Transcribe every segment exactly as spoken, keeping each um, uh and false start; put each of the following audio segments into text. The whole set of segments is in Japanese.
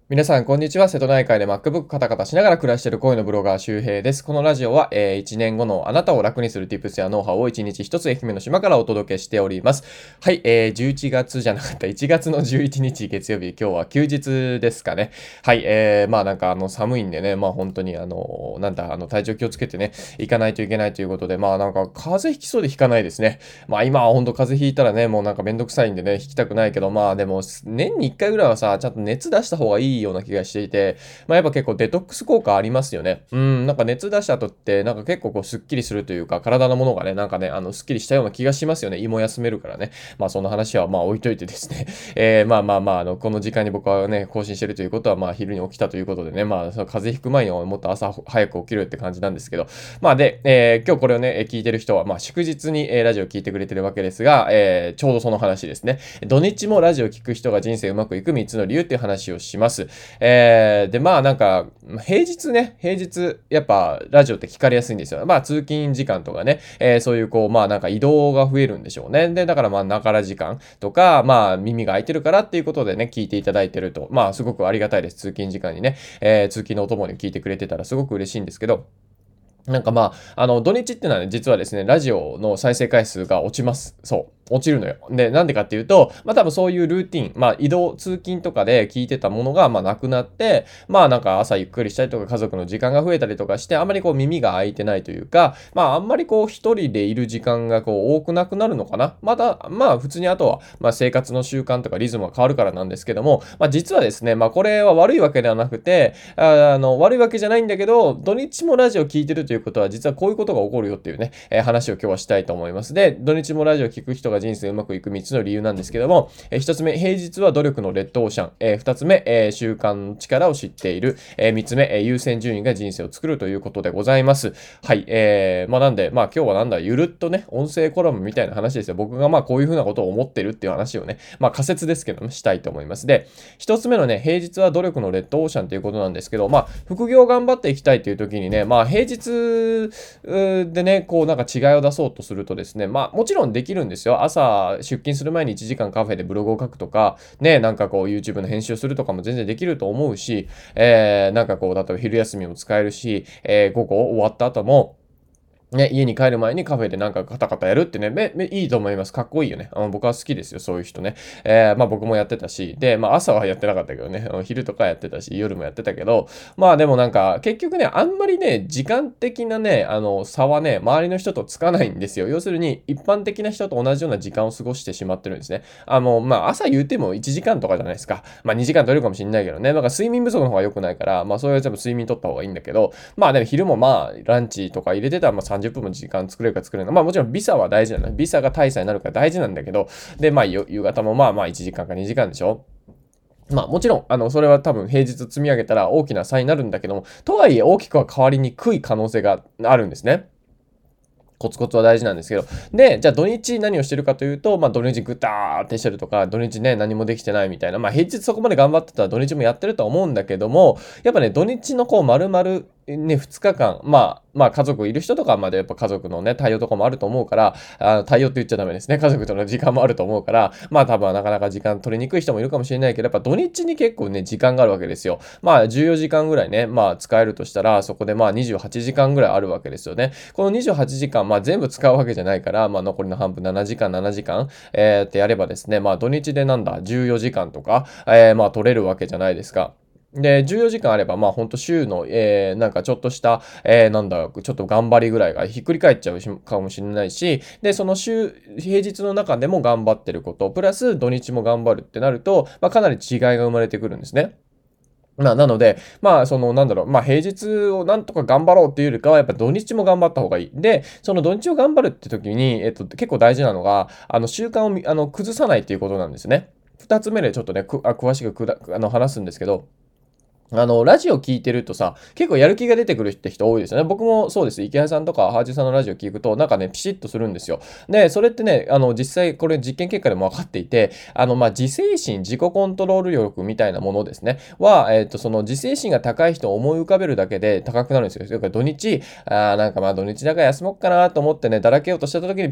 皆さん、こんにちは。瀬戸内海で MacBook カタカタしながら暮らしている恋のブロガー周平です。このラジオは、えー、いちねんごのあなたを楽にする Tips やノウハウをいちにちひとつ愛媛の島からお届けしております。はい、えー、じゅういちがつじゃなかった、いちがつのじゅういちにち月曜日、今日は休日ですかね。はい、えー、まあなんかあの寒いんでね、まあ本当にあの、なんだ、あの体調気をつけてね、行かないといけないということで、まあなんか風邪ひきそうでひかないですね。まあ今は本当風邪ひいたらね、もうなんかめんどくさいんでね、ひきたくないけど、まあでも年にいっかいぐらいはさ、ちゃんと熱出した方がいいような気がしていて、まあ、やっぱ結構デトックス効果ありますよね。うん、なんか熱出した後って、なんか結構こうスッキリするというか、体のものがね、なんかね、あの、スッキリしたような気がしますよね。胃も休めるからね。まあ、その話はまあ置いといてですね。えー、まあまあまあ、あの、この時間に僕はね、更新してるということは、まあ、昼に起きたということでね、まあ、その風邪ひく前にもっと朝早く起きるって感じなんですけど、まあ、で、えー、今日これをね、聞いてる人は、まあ、祝日に、えー、ラジオ聞いてくれてるわけですが、えー、ちょうどその話ですね。土日もラジオ聞く人が人生うまくいくみっつの理由っていう話をします。えー、で、まあなんか、平日ね、平日、やっぱラジオって聞かれやすいんですよ。まあ通勤時間とかね、えー、そういうこう、まあなんか移動が増えるんでしょうね。で、だからまあながら時間とか、まあ耳が開いてるからっていうことでね、聞いていただいてると、まあすごくありがたいです。通勤時間にね、えー、通勤のお供に聞いてくれてたらすごく嬉しいんですけど、なんかまあ、あの、土日ってのはね、実はですね、ラジオの再生回数が落ちます。そう。落ちるのよ。で、なんでかっていうと、まあ多分そういうルーティン、まあ移動、通勤とかで聞いてたものが、まあなくなって、まあなんか朝ゆっくりしたりとか家族の時間が増えたりとかして、あんまりこう耳が開いてないというか、まああんまりこう一人でいる時間がこう多くなくなるのかな。また、まあ普通にあとは、まあ生活の習慣とかリズムが変わるからなんですけども、まあ実はですね、まあこれは悪いわけではなくて、ああの、悪いわけじゃないんだけど、土日もラジオ聞いてるということは、実はこういうことが起こるよっていうね、えー話を今日はしたいと思います。で、土日もラジオ聞く人が人生うまくいくみっつの理由なんですけども、えー、ひとつめ、平日は努力のレッドオーシャン。えー、ふたつめ、えー習慣の力を知っている。えー、みっつめ、えー優先順位が人生を作るということでございます。はい。えー、まあなんで、まあ今日はなんだ、ゆるっとね、音声コラムみたいな話ですよ。僕がまあこういうふうなことを思ってるっていう話をね、まあ仮説ですけども、したいと思います。で、一つ目のね、平日は努力のレッドオーシャンということなんですけど、まあ、副業頑張っていきたいという時にね、まあ、平日でね、こうなんか違いを出そうとするとですね、まあ、もちろんできるんですよ。朝出勤する前にいちじかんカフェでブログを書くとか、ね、なんかこう YouTube の編集をするとかも全然できると思うし、えー、なんかこう、例えば昼休みも使えるし、えー、午後終わった後も、ね、家に帰る前にカフェでなんかカタカタやるってね、め、め、いいと思います。かっこいいよね。あの僕は好きですよ、そういう人ね。えー、まあ僕もやってたし、で、まあ朝はやってなかったけどね、昼とかやってたし、夜もやってたけど、まあでもなんか、結局ね、あんまりね、時間的なね、あの、差はね、周りの人とつかないんですよ。要するに、一般的な人と同じような時間を過ごしてしまってるんですね。あの、まあ朝言うてもいちじかんとかじゃないですか。まあにじかん取れるかもしれないけどね、なんか睡眠不足の方が良くないから、まあそういうやつも睡眠取った方がいいんだけど、まあでも昼もまあランチとか入れてたらまあさんじゅっぷんも時間作れるか作れない。まあもちろんビザは大事なの。ビザが大差になるから大事なんだけど、でまあ夕方もまあまあいちじかんかにじかんでしょ。まあもちろん、あの、それは多分平日積み上げたら大きな差になるんだけども、とはいえ大きくは変わりにくい可能性があるんですね。コツコツは大事なんですけど。で、じゃあ土日何をしてるかというと、まあ土日ぐたーってしてるとか、土日ね、何もできてないみたいな。まあ平日そこまで頑張ってたら土日もやってるとは思うんだけども、やっぱね、土日のこう丸々ね、ふつかかん、まあ、まあ家族いる人とかまでやっぱ家族のね、対応とかもあると思うから、あ対応って言っちゃダメですね。家族との時間もあると思うから、まあ多分なかなか時間取りにくい人もいるかもしれないけど、やっぱ土日に結構ね、時間があるわけですよ。まあじゅうよじかんぐらいね、まあ使えるとしたら、そこでまあにじゅうはちじかんぐらいあるわけですよね。このにじゅうはちじかん、まあ全部使うわけじゃないから、まあ残りの半分ななじかん、ななじかん、えー、ってやればですね、まあ土日でなんだ、じゅうよじかんとか、えー、まあ取れるわけじゃないですか。で、じゅうよじかんあれば、まあ、ほんと週の、えー、なんかちょっとした、えー、なんだ、ちょっと頑張りぐらいがひっくり返っちゃうしかもしれないし、で、その週、平日の中でも頑張ってること、プラス土日も頑張るってなると、まあ、かなり違いが生まれてくるんですね。まあ、なので、まあ、その、なんだろう、まあ、平日をなんとか頑張ろうっていうよりかは、やっぱ土日も頑張った方がいい。で、その土日を頑張るって時に、えっと、結構大事なのが、あの、習慣をみあの崩さないっていうことなんですね。二つ目でちょっとね、くあ詳しくくだあの話すんですけど、あの、ラジオ聞いてるとさ、結構やる気が出てくるって人多いですよね。僕もそうです。池谷さんとかハージさんのラジオ聞くと、なんかね、ピシッとするんですよ。で、それってね、あの、実際これ実験結果でも分かっていて、あの、まあ、自制心、自己コントロール力みたいなものですね。は、えっと、その自制心が高い人を思い浮かべるだけで高くなるんですよ。それから土日、あーなんかまあ土日だから休もうかなと思ってね、だらけようとした時にピシッ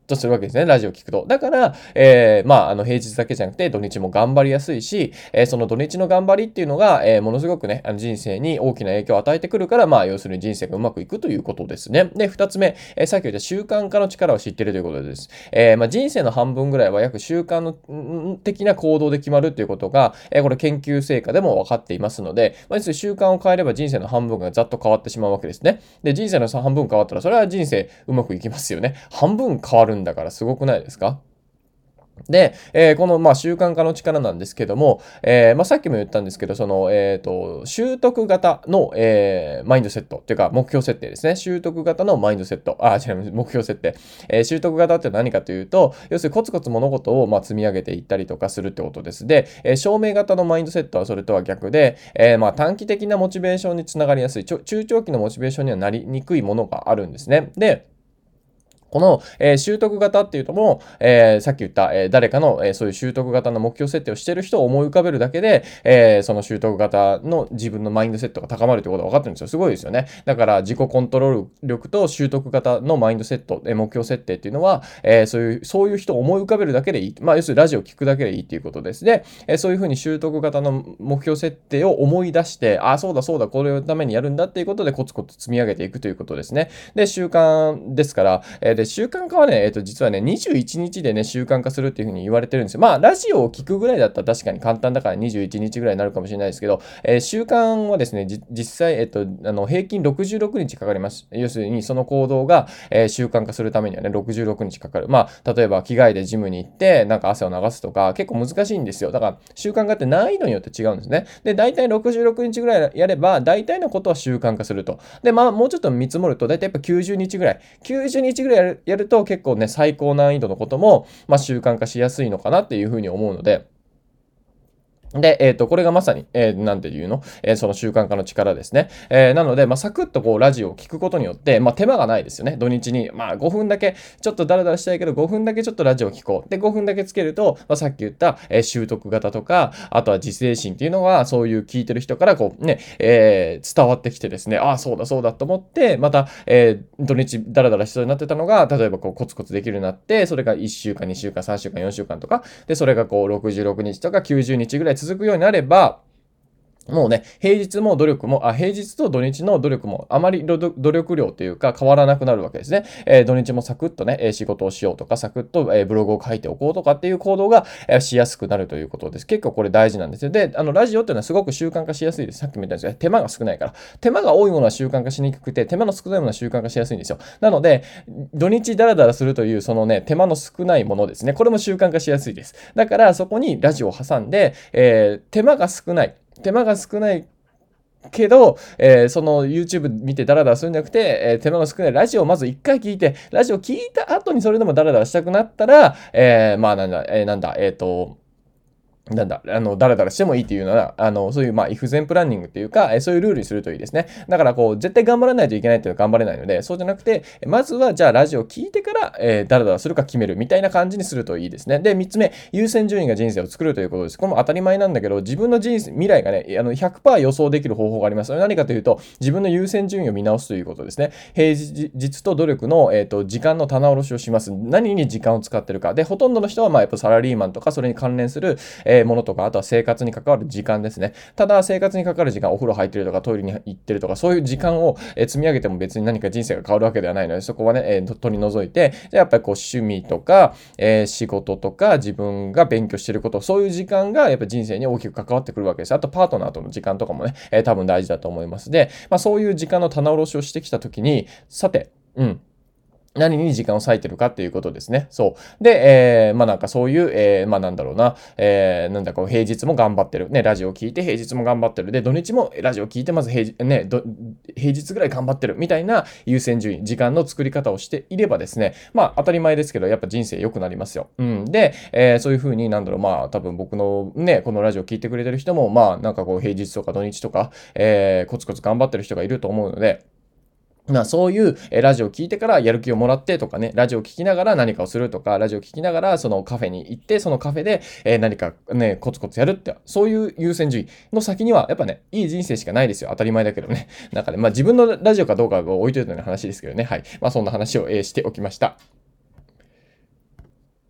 とするわけですね、ラジオ聞くと。だから、えー、まあ、あの、平日だけじゃなくて、土日も頑張りやすいし、えー、その土日の頑張りっていうのが、えー、ものすごくね、あの人生に大きな影響を与えてくるから、まあ、要するに人生がうまくいくということですね。で、二つ目、えー、さっき言った習慣化の力を知っているということです。えー、まあ、人生の半分ぐらいは約習慣のん的な行動で決まるということが、えー、これ研究成果でも分かっていますので、まあ、要するに習慣を変えれば人生の半分がざっと変わってしまうわけですね。で、人生の半分変わったら、それは人生うまくいきますよね。半分変わるんだからすごくないですか？で、えーこの、まあ、習慣化の力なんですけども、えーまあ、さっきも言ったんですけど、その、えっと、習得型の、えーマインドセットっていうか、目標設定ですね。習得型のマインドセット。あ、違う、目標設定。えー習得型って何かというと、要するにコツコツ物事を、まあ、積み上げていったりとかするってことです。で、えー証明型のマインドセットはそれとは逆で、えーまあ、短期的なモチベーションにつながりやすい、ちょ中長期のモチベーションにはなりにくいものがあるんですね。で、この、えー習得型っていうのも、えーさっき言った、えー誰かの、えーそういう習得型の目標設定をしている人を思い浮かべるだけで、えーその習得型の自分のマインドセットが高まるということが分かってるんですよ。すごいですよね。だから自己コントロール力と習得型のマインドセット、えー目標設定っていうのは、えーそういう、そういう人を思い浮かべるだけでいい。まあ、要するにラジオを聞くだけでいいっていうことです。で、えーそういうふうに習得型の目標設定を思い出して、ああ、そうだそうだ、これのためにやるんだっていうことでコツコツ積み上げていくということですね。で、習慣ですから、えーで、習慣化はね、えっと、実はね、にじゅういちにちでね、習慣化するっていうふうに言われてるんですよ。まあ、ラジオを聞くぐらいだったら確かに簡単だからにじゅういちにちぐらいになるかもしれないですけど、えー習慣はですね、じ実際、えっと、あの、平均ろくじゅうろくにちかかります。要するに、その行動が、えー習慣化するためにはね、ろくじゅうろくにちかかる。まあ、例えば、着替えでジムに行って、なんか汗を流すとか、結構難しいんですよ。だから、習慣化って難易度によって違うんですね。で、大体ろくじゅうろくにちぐらいやれば、大体のことは習慣化すると。で、まあ、もうちょっと見積もると、大体やっぱきゅうじゅうにちぐらい。きゅうじゅうにちぐらいやるやると結構ね、最高難易度のことも、まあ、習慣化しやすいのかなっていうふうに思うので、で、えっと、これがまさに、えーなんていうの、えーその習慣化の力ですね。えーなので、まあ、サクッとこう、ラジオを聞くことによって、まあ、手間がないですよね。土日に、まあ、ごふんだけ、ちょっとダラダラしたいけど、ごふんだけちょっとラジオを聞こう。で、ごふんだけつけると、まあ、さっき言った、えー習得型とか、あとは自制心っていうのが、そういう聞いてる人から、こう、ね、えー伝わってきてですね、ああ、そうだそうだと思って、また、えー土日ダラダラしそうになってたのが、例えばこう、コツコツできるようになって、それがいっしゅうかん、にしゅうかん、さんしゅうかん、よんしゅうかんとか、で、それがこう、ろくじゅうろくにちとかきゅうじゅうにちぐらい続くようになれば、もうね、平日も努力も、あ、平日と土日の努力もあまり努力量というか変わらなくなるわけですね。えー土日もサクッとね、えー仕事をしようとか、サクッと、えーブログを書いておこうとかっていう行動が、えーしやすくなるということです。結構これ大事なんですよ。で、あの、ラジオっていうのはすごく習慣化しやすいです。さっきも言ったんですけど、手間が少ないから。手間が多いものは習慣化しにくくて、手間の少ないものは習慣化しやすいんですよ。なので、土日ダラダラするという、そのね、手間の少ないものですね。これも習慣化しやすいです。だから、そこにラジオを挟んで、えー手間が少ない。手間が少ないけど、えーその YouTube 見てダラダラするんじゃなくて、えー手間の少ないラジオをまず一回聞いて、ラジオ聞いた後にそれでもダラダラしたくなったら、えーまあなんだ、えーなんだ、えっ、と、なんだ、あの、だらだらしてもいいっていうのは、あの、そういう、まあ、イフゼンプランニングっていうか、えそういうルールにするといいですね。だから、こう、絶対頑張らないといけないっていうのは頑張れないので、そうじゃなくて、まずは、じゃあ、ラジオを聞いてから、えー、だらだらするか決めるみたいな感じにするといいですね。で、三つ目、優先順位が人生を作るということです。これも当たり前なんだけど、自分の人生、未来がね、あの、ひゃくパーセント予想できる方法があります。何かというと、自分の優先順位を見直すということですね。平日と努力の、えっ、と、時間の棚卸しをします。何に時間を使ってるか。で、ほとんどの人は、まあ、やっぱサラリーマンとか、それに関連する、えーものとか、あとは生活に関わる時間ですね。ただ、生活に関わる時間、お風呂入ってるとか、トイレに行ってるとか、そういう時間を、えー積み上げても別に何か人生が変わるわけではないので、そこはね、えー取り除いて、じゃあやっぱりこう趣味とか、えー仕事とか、自分が勉強してること、そういう時間がやっぱ人生に大きく関わってくるわけです。あと、パートナーとの時間とかもね、えー多分大事だと思います。で、まあ、そういう時間の棚卸しをしてきたときに、さて、うん。何に時間を割いてるかっていうことですね。そう。で、えー、まあなんかそういう、えー、まあなんだろうな、えー、なんだこう平日も頑張ってる。ね、ラジオを聞いて平日も頑張ってる。で、土日もラジオを聞いてまず平日、ね、ど平日ぐらい頑張ってるみたいな優先順位、時間の作り方をしていればですね、まあ当たり前ですけど、やっぱ人生良くなりますよ。うん。で、えー、そういうふうになんだろう、まあ多分僕のね、このラジオ聞いてくれてる人も、まあなんかこう平日とか土日とか、えー、コツコツ頑張ってる人がいると思うので、まあそういうえラジオを聞いてからやる気をもらってとかね、ラジオを聞きながら何かをするとか、ラジオを聞きながらそのカフェに行って、そのカフェでえ何かね、コツコツやるって、そういう優先順位の先には、やっぱね、いい人生しかないですよ。当たり前だけどね。なんかね、まあ自分のラジオかどうかを置いといての話ですけどね。はい。まあそんな話を、えーしておきました。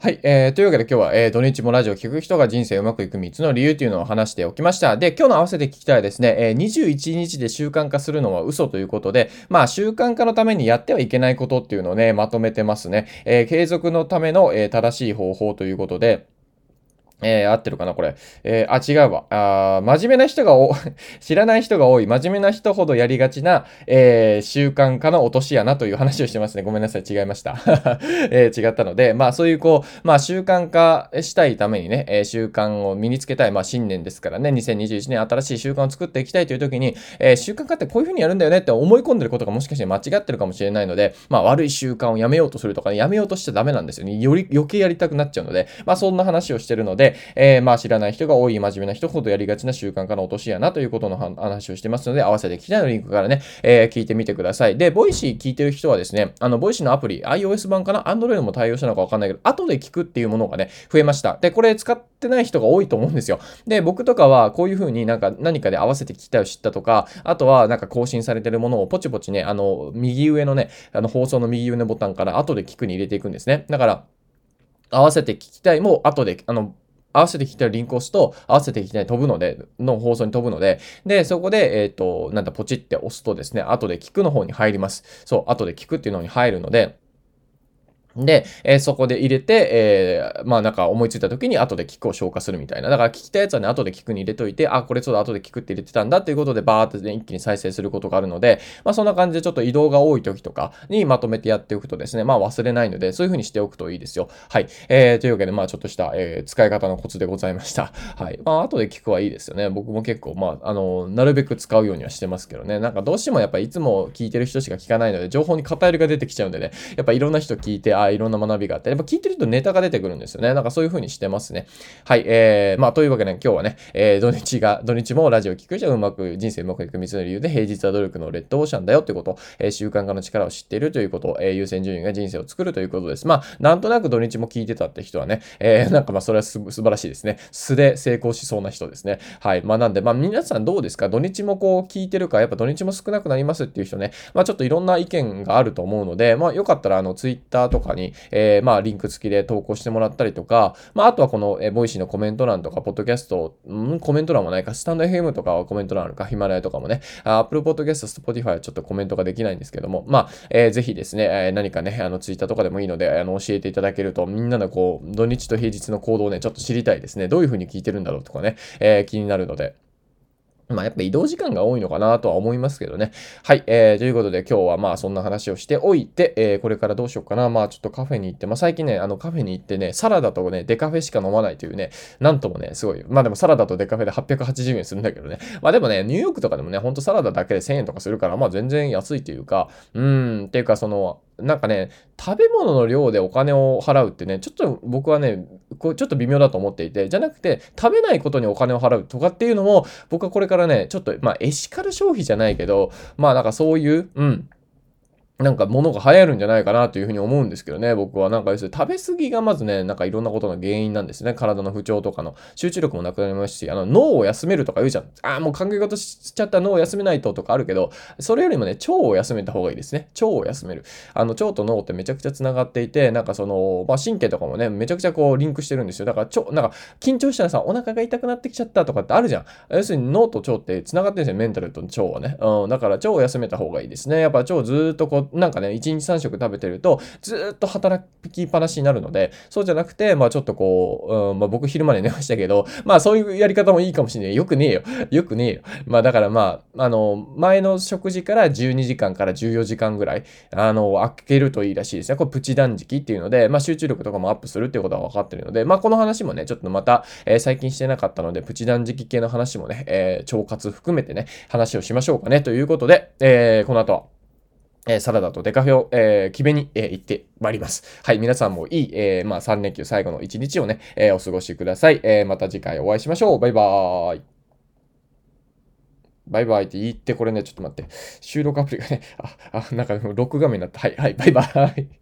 はい。えー、というわけで今日は、えー、土日もラジオを聞く人が人生うまくいくみっつの理由というのを話しておきました。で、今日の合わせて聞きたいはですね、えー、にじゅういちにちで習慣化するのは嘘ということで、まあ習慣化のためにやってはいけないことっていうのをね、まとめてますね。えー、継続のための、えー、正しい方法ということで、えー、合ってるかなこれ。えー、あ、違うわ。あー、真面目な人がお、知らない人が多い、真面目な人ほどやりがちな、えー、習慣化の落とし穴という話をしてますね。ごめんなさい。違いました。えー、違ったので、まあそういうこう、まあ習慣化したいためにね、えー、習慣を身につけたい、まあ新年ですからね、にせんにじゅういちねん新しい習慣を作っていきたいという時に、えー、習慣化ってこういう風にやるんだよねって思い込んでることがもしかして間違ってるかもしれないので、まあ悪い習慣をやめようとするとかね、やめようとしちゃダメなんですよね。より余計やりたくなっちゃうので、まあそんな話をしてるので、えー、まあ知らない人が多い真面目な人ほどやりがちな習慣化の落とし穴ということの話をしてますので、合わせて聞きたいのリンクからね、えー、聞いてみてください。で、ボイシー聞いてる人はですね、あの、ボイシーのアプリ、iOS 版かな ?Android も対応したのかわかんないけど、後で聞くっていうものがね、増えました。で、これ使ってない人が多いと思うんですよ。で、僕とかはこういう風になんか何かで合わせて聞きたいを知ったとか、あとはなんか更新されてるものをポチポチね、あの、右上のね、あの放送の右上のボタンから後で聞くに入れていくんですね。だから、合わせて聞きたいも後で、あの、合わせて聞きたいリンクを押すと、合わせて聞きたい飛ぶので、の放送に飛ぶので、で、そこで、えっと、なんだ、ポチって押すとですね、後で聞くの方に入ります。そう、後で聞くっていうのに入るので、で、えーそこで入れて、えーまあなんか思いついた時に後で聞くを消化するみたいな。だから聞きたいやつはね、後で聞くに入れといて、あ、これちょっと後で聞くって入れてたんだっていうことでバーってね、一気に再生することがあるので、まあそんな感じでちょっと移動が多い時とかにまとめてやっておくとですね、まあ忘れないので、そういう風にしておくといいですよ。はい。えー、というわけで、まあちょっとした、えー使い方のコツでございました。はい。まあ後で聞くはいいですよね。僕も結構、まあ、あの、なるべく使うようにはしてますけどね。なんかどうしてもやっぱいつも聞いてる人しか聞かないので、情報に偏りが出てきちゃうんでね、やっぱいろんな人聞いて、あ、いろんな学びがあって、やっぱ聞いてるとネタが出てくるんですよね。なんかそういう風にしてますね。はい。えー、まあ、というわけで、ね、今日はね、えー、土日が、土日もラジオ聞くじゃうまく、人生うまくいくみっつの理由で、平日は努力のレッドオーシャンだよってこと、えー、習慣化の力を知っているということ、えー、優先順位が人生を作るということです。まあ、なんとなく土日も聞いてたって人はね、えー、なんかまあ、それはす素晴らしいですね。素で成功しそうな人ですね。はい。まあ、なんで、まあ、皆さんどうですか？土日もこう、聞いてるか、やっぱ土日も少なくなりますっていう人ね、まあ、ちょっといろんな意見があると思うので、まあ、よかったら、あの、ツイッターとかに、えー、まあ、リンク付きで投稿してもらったりとか、まあ、あとはこの、えー、ボイシーのコメント欄とか、ポッドキャスト、んコメント欄もないか、スタンド エフエム とかはコメント欄あるか、ヒマラヤとかもね、あ Apple Podcast、Spotify はちょっとコメントができないんですけども、まあ、えー、ぜひですね、えー、何かね、あの、ツイッターとかでもいいので、あの、教えていただけると、みんなのこう、土日と平日の行動をね、ちょっと知りたいですね。どういう風に聞いてるんだろうとかね、えー、気になるので、まあやっぱ移動時間が多いのかなとは思いますけどね。はい。えー、ということで今日はまあそんな話をしておいて、えー、これからどうしようかな。まあちょっとカフェに行って、まあ最近ね、あのカフェに行ってね、サラダとね、デカフェしか飲まないというね、なんともね、すごい。まあでもサラダとデカフェではっぴゃくはちじゅうえんするんだけどね。まあでもね、ニューヨークとかでもね、ほんとサラダだけでせんえんとかするから、まあ全然安いというか、うーん、っていうかその、なんかね、食べ物の量でお金を払うってね、ちょっと僕はね、こうちょっと微妙だと思っていて、じゃなくて、食べないことにお金を払うとかっていうのも、僕はこれからね、ちょっと、まあ、エシカル消費じゃないけど、まあ、なんかそういう、うん、なんか物が流行るんじゃないかなというふうに思うんですけどね、僕は。なんか要するに食べ過ぎがまずね、なんかいろんなことの原因なんですね。体の不調とかの集中力もなくなりますし、あの脳を休めるとか言うじゃん。ああ、もう考え事しちゃったら脳を休めないととかあるけど、それよりもね、腸を休めた方がいいですね。腸を休める。あの腸と脳ってめちゃくちゃ繋がっていて、なんかその、まあ神経とかもね、めちゃくちゃこうリンクしてるんですよ。だから腸、なんか緊張したらさ、お腹が痛くなってきちゃったとかってあるじゃん。要するに脳と腸って繋がってるんですよ。メンタルと腸はね。うん、だから腸を休めた方がいいですね。やっぱ腸ずーっとこう、なんかね、いちにちさん食食べてると、ずーっと働きっぱなしになるので、そうじゃなくて、まあちょっとこう、うん、まあ僕昼まで寝ましたけど、まあそういうやり方もいいかもしれない。よくねえよ。よくねえよ。まあだからまあ、あの、前の食事からじゅうにじかんからじゅうよじかんぐらい、あの、空けるといいらしいですね。これプチ断食っていうので、まあ集中力とかもアップするっていうことは分かってるので、まあこの話もね、ちょっとまた、えー最近してなかったので、プチ断食系の話もね、えー腸活含めてね、話をしましょうかね。ということで、えーこの後は、えーサラダとデカフェを、えー、決めに、えー行ってまいります。はい、皆さんもいい、えーまあ、さん連休最後のいちにちをね、えーお過ごしください。えーまた次回お会いしましょう。バイバーイ。バイバイって言って、これね、ちょっと待って。収録アプリがね、あ、あ、なんか録画面になった。はい、はい、バイバイ。